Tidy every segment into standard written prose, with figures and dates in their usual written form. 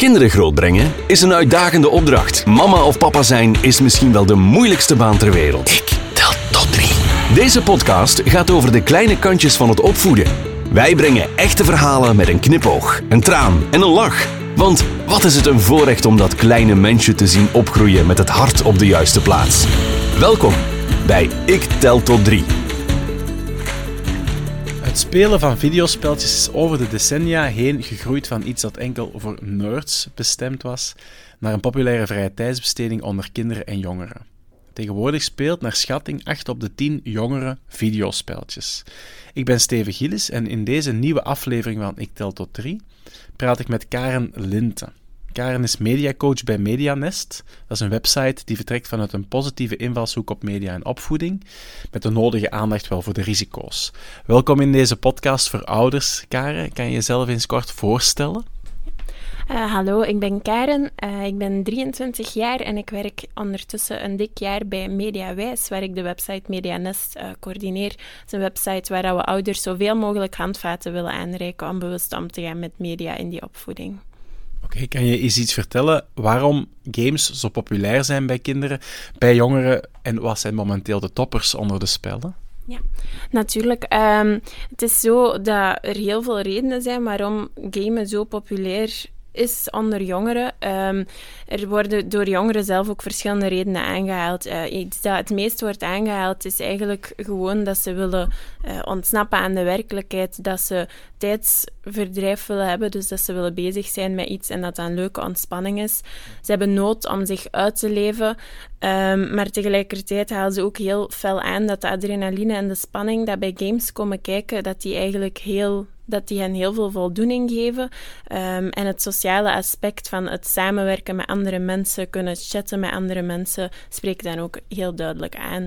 Kinderen grootbrengen is een uitdagende opdracht. Mama of papa zijn is misschien wel de moeilijkste baan ter wereld. Ik tel tot 3. Deze podcast gaat over de kleine kantjes van het opvoeden. Wij brengen echte verhalen met een knipoog, een traan en een lach. Want wat is het een voorrecht om dat kleine mensje te zien opgroeien met het hart op de juiste plaats. Welkom bij Ik tel tot 3. Het spelen van videospelletjes is over de decennia heen gegroeid van iets dat enkel voor nerds bestemd was, naar een populaire vrije tijdsbesteding onder kinderen en jongeren. Tegenwoordig speelt naar schatting 8 op de 10 jongeren videospelletjes. Ik ben Steven Gillis en in deze nieuwe aflevering van Ik tel tot 3 praat ik met Karen Linte. Karen is mediacoach bij Medianest. Dat is een website die vertrekt vanuit een positieve invalshoek op media en opvoeding, met de nodige aandacht wel voor de risico's. Welkom in deze podcast voor ouders. Karen, kan je jezelf eens kort voorstellen? Hallo, ik ben Karen. Ik ben 23 jaar en ik werk ondertussen een dik jaar bij Mediawijs, waar ik de website Medianest coördineer. Het is een website waar we ouders zoveel mogelijk handvaten willen aanreiken om bewust om te gaan met media in die opvoeding. Oké, kan je eens iets vertellen waarom games zo populair zijn bij kinderen, bij jongeren en wat zijn momenteel de toppers onder de spellen? Ja, natuurlijk. Het is zo dat er heel veel redenen zijn waarom gamen zo populair is onder jongeren. Er worden door jongeren zelf ook verschillende redenen aangehaald. Iets dat het meest wordt aangehaald is eigenlijk gewoon dat ze willen ontsnappen aan de werkelijkheid, dat ze tijdsverdrijf willen hebben, dus dat ze willen bezig zijn met iets en dat dat een leuke ontspanning is. Ze hebben nood om zich uit te leven, maar tegelijkertijd halen ze ook heel fel aan dat de adrenaline en de spanning dat bij games komen kijken, dat die hen heel veel voldoening geven. En het sociale aspect van het samenwerken met andere mensen, kunnen chatten met andere mensen, spreekt dan ook heel duidelijk aan.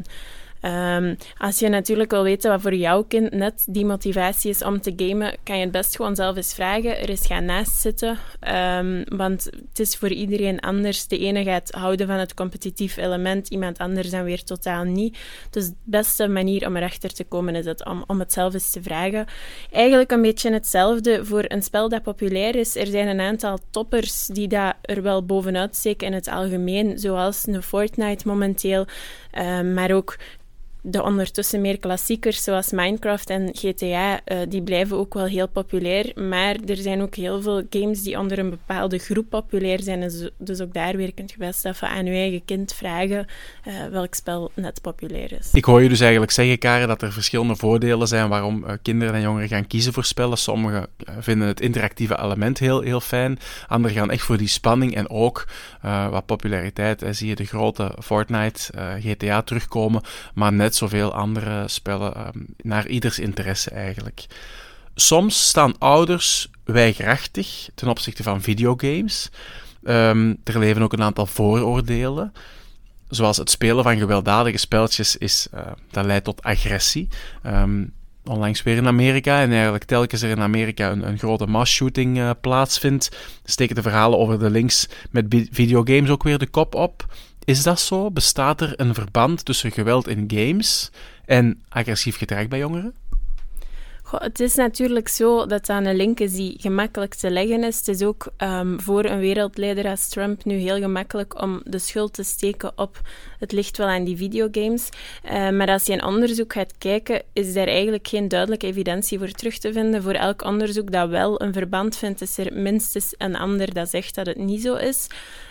Als je natuurlijk wil weten wat voor jouw kind net die motivatie is om te gamen, kan je het best gewoon zelf eens vragen. Er is gaan naast zitten, want het is voor iedereen anders. De ene gaat houden van het competitief element, iemand anders dan weer totaal niet. Dus de beste manier om erachter te komen is het om het zelf eens te vragen. Eigenlijk een beetje hetzelfde voor een spel dat populair is. Er zijn een aantal toppers die daar er wel bovenuit steken in het algemeen, zoals een Fortnite momenteel, maar ook de ondertussen meer klassiekers zoals Minecraft en GTA, die blijven ook wel heel populair. Maar er zijn ook heel veel games die onder een bepaalde groep populair zijn. Dus ook daar weer kunt je best even aan je eigen kind vragen welk spel net populair is. Ik hoor je dus eigenlijk zeggen, Karen, dat er verschillende voordelen zijn waarom kinderen en jongeren gaan kiezen voor spellen. Sommigen vinden het interactieve element heel, heel fijn. Anderen gaan echt voor die spanning en ook wat populariteit. Zie je de grote Fortnite, GTA terugkomen, maar net zoveel andere spellen naar ieders interesse eigenlijk. Soms staan ouders weigerachtig ten opzichte van videogames. Er leven ook een aantal vooroordelen. Zoals het spelen van gewelddadige spelletjes dat leidt tot agressie. Onlangs weer in Amerika, en eigenlijk telkens er in Amerika een grote mass-shooting plaatsvindt, steken de verhalen over de links met videogames ook weer de kop op. Is dat zo? Bestaat er een verband tussen geweld in games en agressief gedrag bij jongeren? Goh, het is natuurlijk zo dat dat een link is die gemakkelijk te leggen is. Het is ook voor een wereldleider als Trump nu heel gemakkelijk om de schuld te steken op het ligt wel aan die videogames. Maar als je in onderzoek gaat kijken, is daar eigenlijk geen duidelijke evidentie voor terug te vinden. Voor elk onderzoek dat wel een verband vindt, is er minstens een ander dat zegt dat het niet zo is.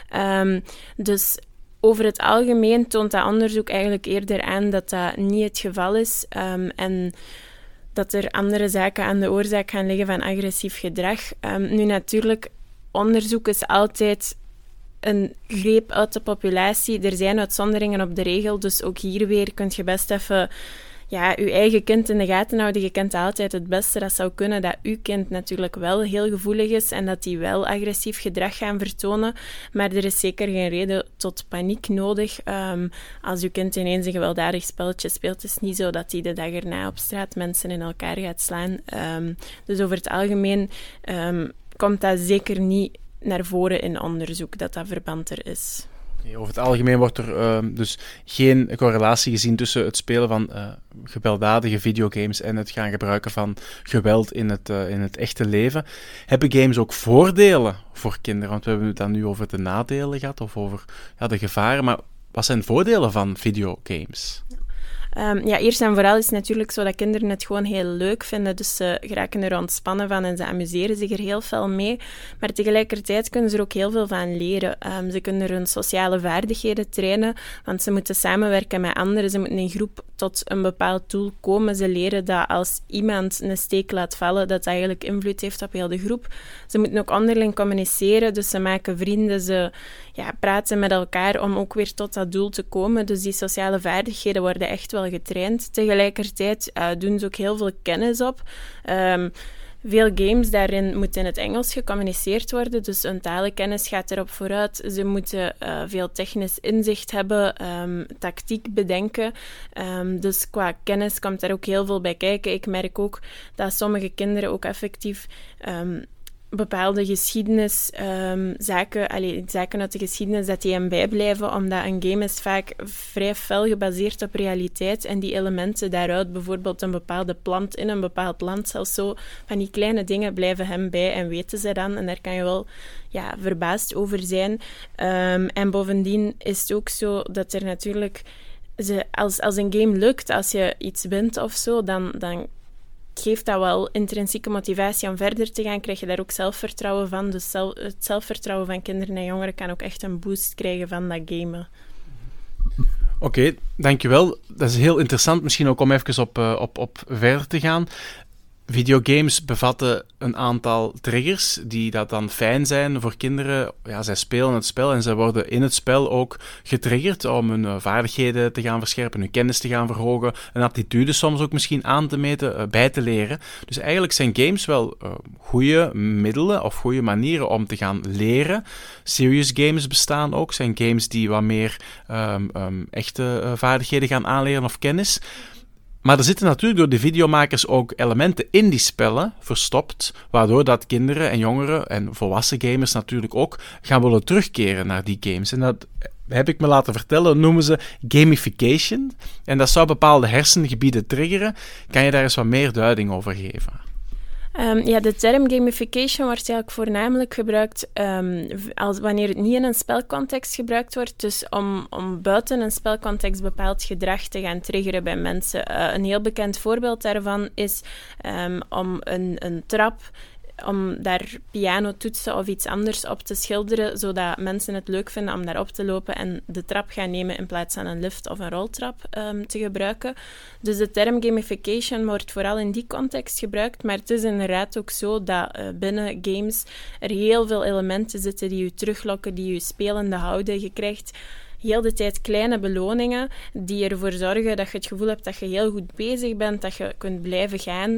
Dus over het algemeen toont dat onderzoek eigenlijk eerder aan dat dat niet het geval is en dat er andere zaken aan de oorzaak gaan liggen van agressief gedrag. Nu natuurlijk, onderzoek is altijd een greep uit de populatie. Er zijn uitzonderingen op de regel, dus ook hier weer kun je best even je eigen kind in de gaten houden. Je kent altijd het beste. Dat zou kunnen dat uw kind natuurlijk wel heel gevoelig is en dat die wel agressief gedrag gaan vertonen. Maar er is zeker geen reden tot paniek nodig. Als uw kind ineens een gewelddadig spelletje speelt, is het niet zo dat hij de dag erna op straat mensen in elkaar gaat slaan. Dus over het algemeen komt dat zeker niet naar voren in onderzoek, dat verband er is. Over het algemeen wordt er dus geen correlatie gezien tussen het spelen van gewelddadige videogames en het gaan gebruiken van geweld in het echte leven. Hebben games ook voordelen voor kinderen? Want we hebben het dan nu over de nadelen gehad of over de gevaren, maar wat zijn voordelen van videogames? Eerst en vooral is het natuurlijk zo dat kinderen het gewoon heel leuk vinden. Dus ze geraken er ontspannen van en ze amuseren zich er heel veel mee. Maar tegelijkertijd kunnen ze er ook heel veel van leren. Ze kunnen er hun sociale vaardigheden trainen, want ze moeten samenwerken met anderen. Ze moeten in groep tot een bepaald doel komen. Ze leren dat als iemand een steek laat vallen, dat eigenlijk invloed heeft op heel de groep. Ze moeten ook onderling communiceren, dus ze maken vrienden, ze praten met elkaar om ook weer tot dat doel te komen. Dus die sociale vaardigheden worden echt wel getraind. Tegelijkertijd doen ze ook heel veel kennis op. Veel games, daarin moet in het Engels gecommuniceerd worden, dus hun talenkennis gaat erop vooruit. Ze moeten veel technisch inzicht hebben, tactiek bedenken. Dus qua kennis komt daar ook heel veel bij kijken. Ik merk ook dat sommige kinderen ook effectief bepaalde zaken uit de geschiedenis, dat die hem bijblijven, omdat een game is vaak vrij fel gebaseerd op realiteit en die elementen daaruit, bijvoorbeeld een bepaalde plant in een bepaald land, zelfs zo, van die kleine dingen blijven hem bij en weten ze dan, en daar kan je wel verbaasd over zijn. En bovendien is het ook zo dat er natuurlijk, als een game lukt, als je iets wint of zo, dan geeft dat wel intrinsieke motivatie om verder te gaan, krijg je daar ook zelfvertrouwen van. Dus het zelfvertrouwen van kinderen en jongeren kan ook echt een boost krijgen van dat gamen. Oké, dankjewel. Dat is heel interessant, misschien ook om even op verder te gaan. Videogames bevatten een aantal triggers die dat dan fijn zijn voor kinderen. Ja, zij spelen het spel en zij worden in het spel ook getriggerd om hun vaardigheden te gaan verscherpen, hun kennis te gaan verhogen, een attitude soms ook misschien aan te meten, bij te leren. Dus eigenlijk zijn games wel goede middelen of goede manieren om te gaan leren. Serious games bestaan ook, zijn games die wat meer echte vaardigheden gaan aanleren of kennis. Maar er zitten natuurlijk door de videomakers ook elementen in die spellen verstopt, waardoor dat kinderen en jongeren en volwassen gamers natuurlijk ook gaan willen terugkeren naar die games. En dat heb ik me laten vertellen, noemen ze gamification. En dat zou bepaalde hersengebieden triggeren. Kan je daar eens wat meer duiding over geven? De term gamification wordt eigenlijk voornamelijk gebruikt wanneer het niet in een spelcontext gebruikt wordt. Dus om buiten een spelcontext bepaald gedrag te gaan triggeren bij mensen. Een heel bekend voorbeeld daarvan is om een trap, om daar pianotoetsen of iets anders op te schilderen, zodat mensen het leuk vinden om daarop te lopen en de trap gaan nemen in plaats van een lift of een roltrap te gebruiken. Dus de term gamification wordt vooral in die context gebruikt, maar het is inderdaad ook zo dat binnen games er heel veel elementen zitten die je teruglokken, die je spelende houden. Je krijgt heel de tijd kleine beloningen die ervoor zorgen dat je het gevoel hebt dat je heel goed bezig bent, dat je kunt blijven gaan.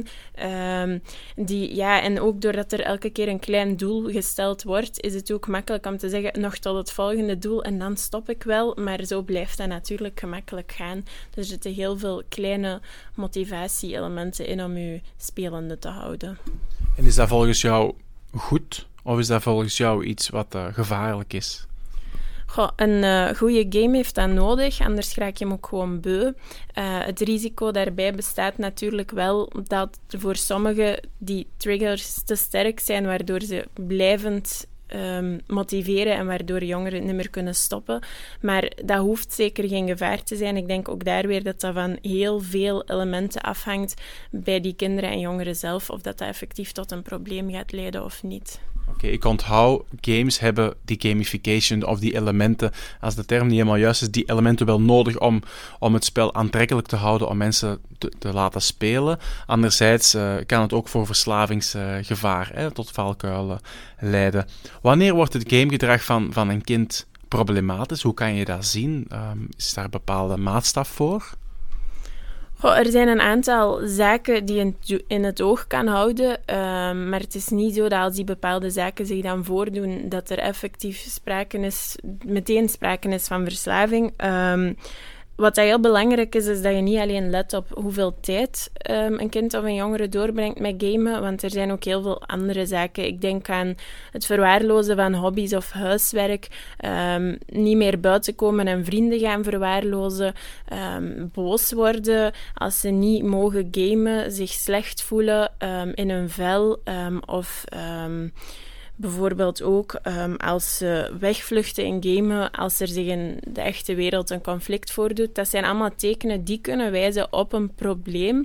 En ook doordat er elke keer een klein doel gesteld wordt, is het ook makkelijk om te zeggen, nog tot het volgende doel en dan stop ik wel. Maar zo blijft dat natuurlijk gemakkelijk gaan. Dus er zitten heel veel kleine motivatie-elementen in om je spelende te houden. En is dat volgens jou goed? Of is dat volgens jou iets wat gevaarlijk is? Een goede game heeft dat nodig, anders raak je hem ook gewoon beu. Het risico daarbij bestaat natuurlijk wel dat voor sommigen die triggers te sterk zijn, waardoor ze blijvend motiveren en waardoor jongeren niet meer kunnen stoppen. Maar dat hoeft zeker geen gevaar te zijn. Ik denk ook daar weer dat van heel veel elementen afhangt bij die kinderen en jongeren zelf, of dat effectief tot een probleem gaat leiden of niet. Oké, ik onthoud, games hebben die gamification of die elementen, als de term niet helemaal juist is, die elementen wel nodig om het spel aantrekkelijk te houden, om mensen te laten spelen. Anderzijds kan het ook voor verslavingsgevaar tot valkuilen leiden. Wanneer wordt het gamegedrag van een kind problematisch? Hoe kan je dat zien? Is daar een bepaalde maatstaf voor? Er zijn een aantal zaken die je in het oog kan houden, maar het is niet zo dat als die bepaalde zaken zich dan voordoen, dat er effectief meteen sprake is van verslaving. wat heel belangrijk is dat je niet alleen let op hoeveel tijd een kind of een jongere doorbrengt met gamen, want er zijn ook heel veel andere zaken. Ik denk aan het verwaarlozen van hobby's of huiswerk, niet meer buiten komen en vrienden gaan verwaarlozen, boos worden als ze niet mogen gamen, zich slecht voelen in hun vel of... bijvoorbeeld ook als ze wegvluchten in gamen, als er zich in de echte wereld een conflict voordoet. Dat zijn allemaal tekenen die kunnen wijzen op een probleem.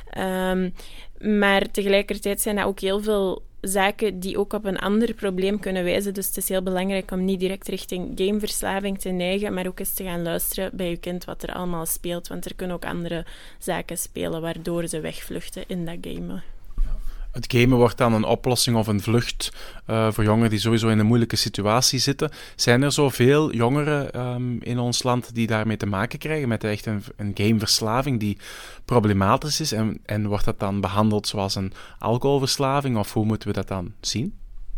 Maar tegelijkertijd zijn dat ook heel veel zaken die ook op een ander probleem kunnen wijzen. Dus het is heel belangrijk om niet direct richting gameverslaving te neigen, maar ook eens te gaan luisteren bij je kind wat er allemaal speelt. Want er kunnen ook andere zaken spelen waardoor ze wegvluchten in dat gamen. Het gamen wordt dan een oplossing of een vlucht voor jongeren die sowieso in een moeilijke situatie zitten. Zijn er zoveel jongeren in ons land die daarmee te maken krijgen met echt een gameverslaving die problematisch is? En wordt dat dan behandeld zoals een alcoholverslaving of hoe moeten we dat dan zien?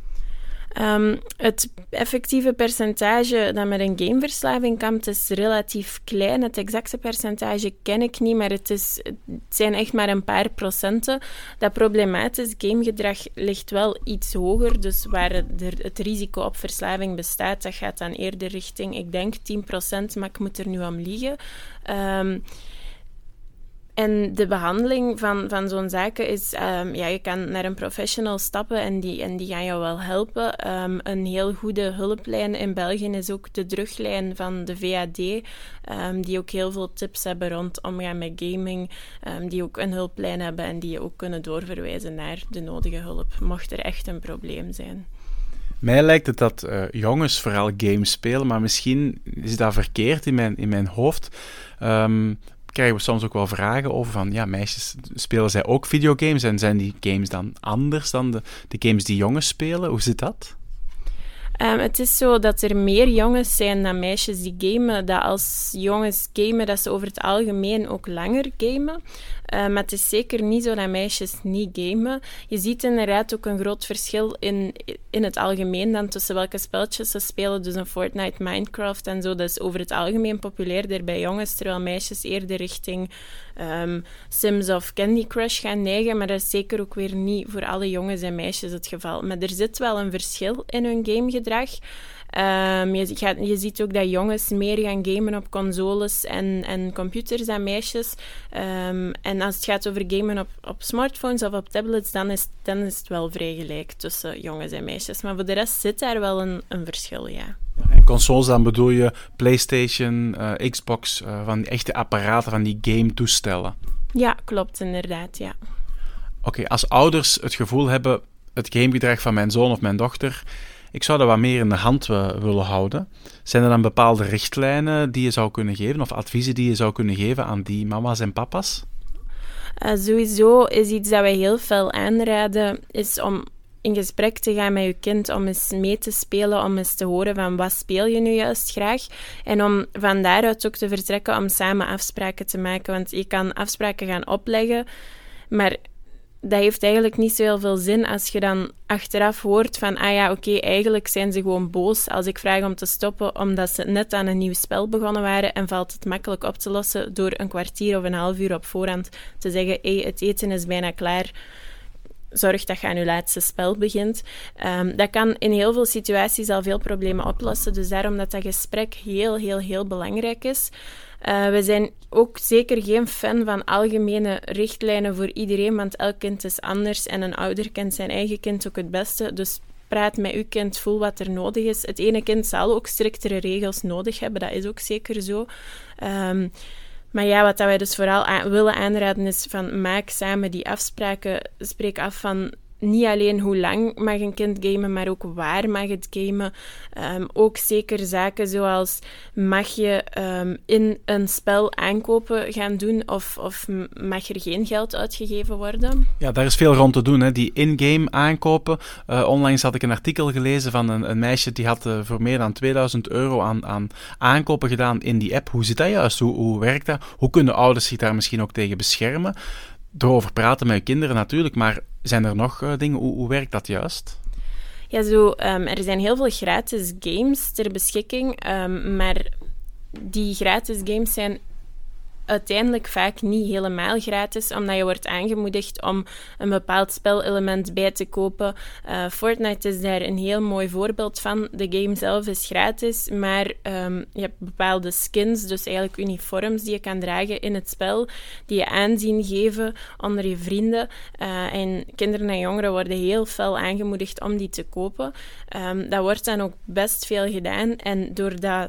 Het effectieve percentage dat met een gameverslaving kampt is relatief klein. Het exacte percentage ken ik niet, maar het zijn echt maar een paar procenten. Dat problematisch gamegedrag ligt wel iets hoger, dus waar het risico op verslaving bestaat, dat gaat dan eerder richting, ik denk 10%, maar ik moet er nu om liegen. En de behandeling van zo'n zaken is... je kan naar een professional stappen en die gaan jou wel helpen. Een heel goede hulplijn in België is ook de druglijn van de VAD, die ook heel veel tips hebben rond omgaan met gaming, die ook een hulplijn hebben en die je ook kunnen doorverwijzen naar de nodige hulp, mocht er echt een probleem zijn. Mij lijkt het dat jongens vooral games spelen, maar misschien is dat verkeerd in mijn hoofd. Krijgen we soms ook wel vragen over van, ja, meisjes, spelen zij ook videogames en zijn die games dan anders dan de games die jongens spelen? Hoe zit dat? Het is zo dat er meer jongens zijn dan meisjes die gamen, dat als jongens gamen, dat ze over het algemeen ook langer gamen. Maar het is zeker niet zo dat meisjes niet gamen. Je ziet inderdaad ook een groot verschil in het algemeen dan tussen welke spelletjes ze spelen. Dus een Fortnite, Minecraft en zo, dat is over het algemeen populairder bij jongens, terwijl meisjes eerder richting Sims of Candy Crush gaan neigen. Maar dat is zeker ook weer niet voor alle jongens en meisjes het geval. Maar er zit wel een verschil in hun gamegedrag. Je ziet ook dat jongens meer gaan gamen op consoles en computers dan meisjes. En als het gaat over gamen op smartphones of op tablets, dan is het wel vrij gelijk tussen jongens en meisjes. Maar voor de rest zit daar wel een verschil, ja. En consoles, dan bedoel je PlayStation, Xbox, van die echte apparaten, van die game-toestellen? Ja, klopt, inderdaad, ja. Oké, als ouders het gevoel hebben, het gamegedrag van mijn zoon of mijn dochter, ik zou dat wat meer in de hand willen houden. Zijn er dan bepaalde richtlijnen die je zou kunnen geven, of adviezen die je zou kunnen geven aan die mama's en papa's? Sowieso is iets dat wij heel veel aanraden, is om in gesprek te gaan met je kind, om eens mee te spelen, om eens te horen van wat speel je nu juist graag. En om van daaruit ook te vertrekken om samen afspraken te maken. Want je kan afspraken gaan opleggen, maar dat heeft eigenlijk niet zo heel veel zin als je dan achteraf hoort van eigenlijk zijn ze gewoon boos als ik vraag om te stoppen omdat ze net aan een nieuw spel begonnen waren en valt het makkelijk op te lossen door een kwartier of een half uur op voorhand te zeggen het eten is bijna klaar, zorg dat je aan je laatste spel begint. Dat kan in heel veel situaties al veel problemen oplossen, dus daarom dat gesprek heel, heel, heel belangrijk is. We zijn ook zeker geen fan van algemene richtlijnen voor iedereen, want elk kind is anders en een ouder kent zijn eigen kind ook het beste. Dus praat met uw kind, voel wat er nodig is. Het ene kind zal ook striktere regels nodig hebben, dat is ook zeker zo. Maar ja, wat wij dus vooral willen aanraden is van maak samen die afspraken, spreek af van niet alleen hoe lang mag een kind gamen, maar ook waar mag het gamen. Ook zeker zaken zoals mag je in een spel aankopen gaan doen of mag er geen geld uitgegeven worden? Ja, daar is veel rond te doen, hè. Die in-game aankopen. Onlangs had ik een artikel gelezen van een meisje die had voor meer dan €2000 aan aankopen gedaan in die app. Hoe zit dat juist? Hoe werkt dat? Hoe kunnen ouders zich daar misschien ook tegen beschermen? Erover praten met je kinderen natuurlijk, maar zijn er nog dingen? Hoe werkt dat juist? Ja, er zijn heel veel gratis games ter beschikking, maar die gratis games zijn uiteindelijk vaak niet helemaal gratis, omdat je wordt aangemoedigd om een bepaald spelelement bij te kopen. Fortnite is daar een heel mooi voorbeeld van. De game zelf is gratis, maar je hebt bepaalde skins, dus eigenlijk uniforms die je kan dragen in het spel, die je aanzien geven onder je vrienden. En kinderen en jongeren worden heel fel aangemoedigd om die te kopen. Dat wordt dan ook best veel gedaan. En doordat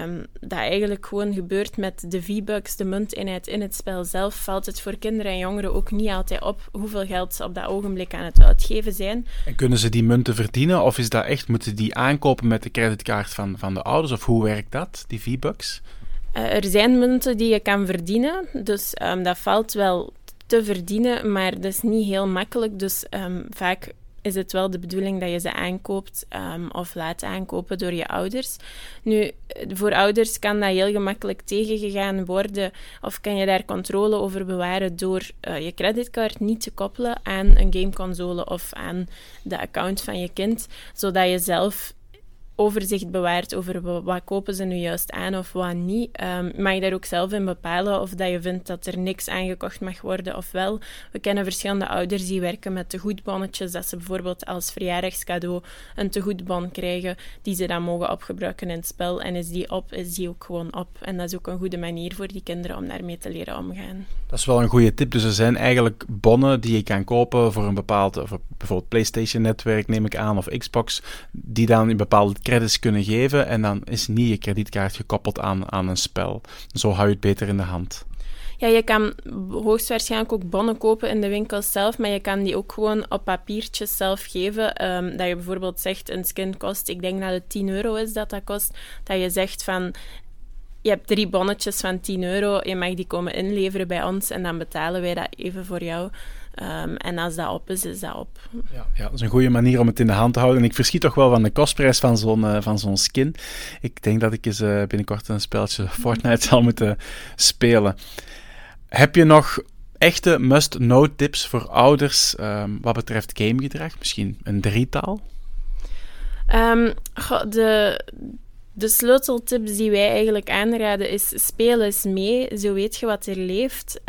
dat eigenlijk gewoon gebeurt met de V-Bucks, de munteenheid in het spel zelf, valt het voor kinderen en jongeren ook niet altijd op hoeveel geld ze op dat ogenblik aan het uitgeven zijn. En kunnen ze die munten verdienen? Of is dat echt, moeten die aankopen met de creditcard van de ouders? Of hoe werkt dat, die V-Bucks? Er zijn munten die je kan verdienen, dus dat valt wel te verdienen, maar dat is niet heel makkelijk. Dus vaak is het wel de bedoeling dat je ze aankoopt of laat aankopen door je ouders. Nu, voor ouders kan dat heel gemakkelijk tegengegaan worden of kan je daar controle over bewaren door je creditcard niet te koppelen aan een gameconsole of aan de account van je kind, zodat je zelf overzicht bewaart over wat kopen ze nu juist aan of wat niet. Mag je daar ook zelf in bepalen of dat je vindt dat er niks aangekocht mag worden of wel. We kennen verschillende ouders die werken met tegoedbonnetjes, dat ze bijvoorbeeld als verjaardagscadeau een tegoedbon krijgen die ze dan mogen opgebruiken in het spel. En is die op, is die ook gewoon op. En dat is ook een goede manier voor die kinderen om daarmee te leren omgaan. Dat is wel een goede tip. Dus er zijn eigenlijk bonnen die je kan kopen voor een bepaald, bijvoorbeeld PlayStation-netwerk neem ik aan, of Xbox, die dan in bepaalde credits kunnen geven en dan is niet je kredietkaart gekoppeld aan een spel. Zo hou je het beter in de hand. Ja, je kan hoogstwaarschijnlijk ook bonnen kopen in de winkels zelf, maar je kan die ook gewoon op papiertjes zelf geven. Dat je bijvoorbeeld zegt, een skin kost, ik denk dat het €10 is dat kost, dat je zegt van, je hebt 3 bonnetjes van €10, je mag die komen inleveren bij ons en dan betalen wij dat even voor jou. En als dat op is, is dat op. Ja, dat is een goede manier om het in de hand te houden. En ik verschiet toch wel van de kostprijs van zo'n skin. Ik denk dat ik eens binnenkort een spelletje Fortnite zal moeten spelen. Heb je nog echte must-know tips voor ouders wat betreft gamegedrag? Misschien een 3-tal? De sleuteltips die wij eigenlijk aanraden is, speel eens mee, zo weet je wat er leeft.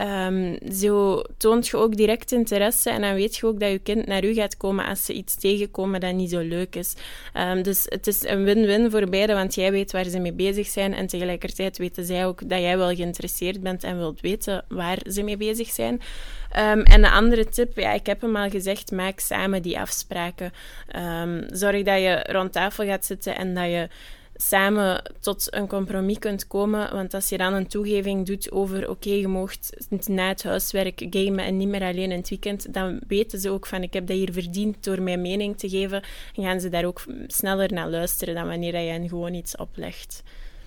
Zo toont je ook direct interesse en dan weet je ook dat je kind naar u gaat komen als ze iets tegenkomen dat niet zo leuk is. Dus het is een win-win voor beiden, want jij weet waar ze mee bezig zijn en tegelijkertijd weten zij ook dat jij wel geïnteresseerd bent en wilt weten waar ze mee bezig zijn. En de andere tip, ja, ik heb hem al gezegd, maak samen die afspraken. Zorg dat je rond tafel gaat zitten en dat je samen tot een compromis kunt komen, want als je dan een toegeving doet over oké, je moogt na het huiswerk gamen en niet meer alleen in het weekend, dan weten ze ook van ik heb dat hier verdiend door mijn mening te geven en gaan ze daar ook sneller naar luisteren dan wanneer je hen gewoon iets oplegt.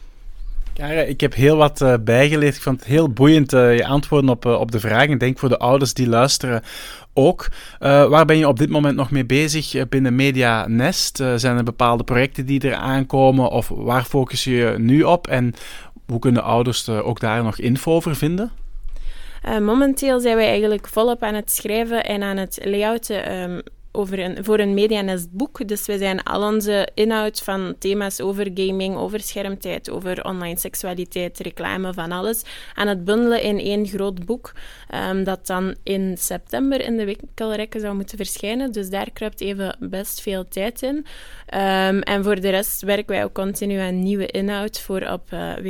Karen, ik heb heel wat bijgeleerd. Ik vond het heel boeiend je antwoorden op de vragen. Ik denk voor de ouders die luisteren ook. Waar ben je op dit moment nog mee bezig binnen Media Nest? Zijn er bepaalde projecten die er aankomen of waar focus je nu op? En hoe kunnen ouders ook daar nog info over vinden? Momenteel zijn wij eigenlijk volop aan het schrijven en aan het layouten voor een Medianest boek. Dus we zijn al onze inhoud van thema's over gaming, over schermtijd, over online seksualiteit, reclame, van alles, aan het bundelen in 1 groot boek, dat dan in september in de winkelrekken zou moeten verschijnen. Dus daar kruipt even best veel tijd in. En voor de rest werken wij ook continu aan nieuwe inhoud voor op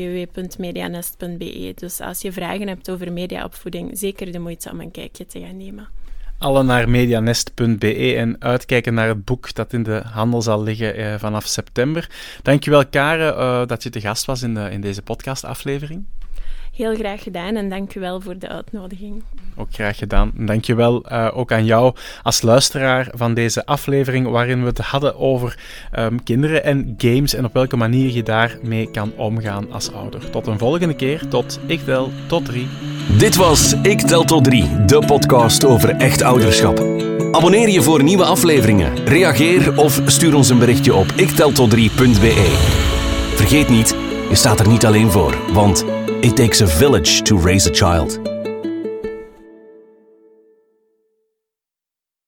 www.medianest.be. Dus als je vragen hebt over mediaopvoeding, zeker de moeite om een kijkje te gaan nemen. Alle naar medianest.be en uitkijken naar het boek dat in de handel zal liggen vanaf september. Dankjewel, Karen, dat je te gast was in deze podcastaflevering. Heel graag gedaan en dankjewel voor de uitnodiging. Ook graag gedaan. Dankjewel ook aan jou als luisteraar van deze aflevering waarin we het hadden over kinderen en games en op welke manier je daarmee kan omgaan als ouder. Tot een volgende keer. Tot Ik Tel Tot 3. Dit was Ik Tel Tot 3, de podcast over echt ouderschap. Abonneer je voor nieuwe afleveringen, reageer of stuur ons een berichtje op ikteltot3.be. Vergeet niet, je staat er niet alleen voor, want it takes a village to raise a child.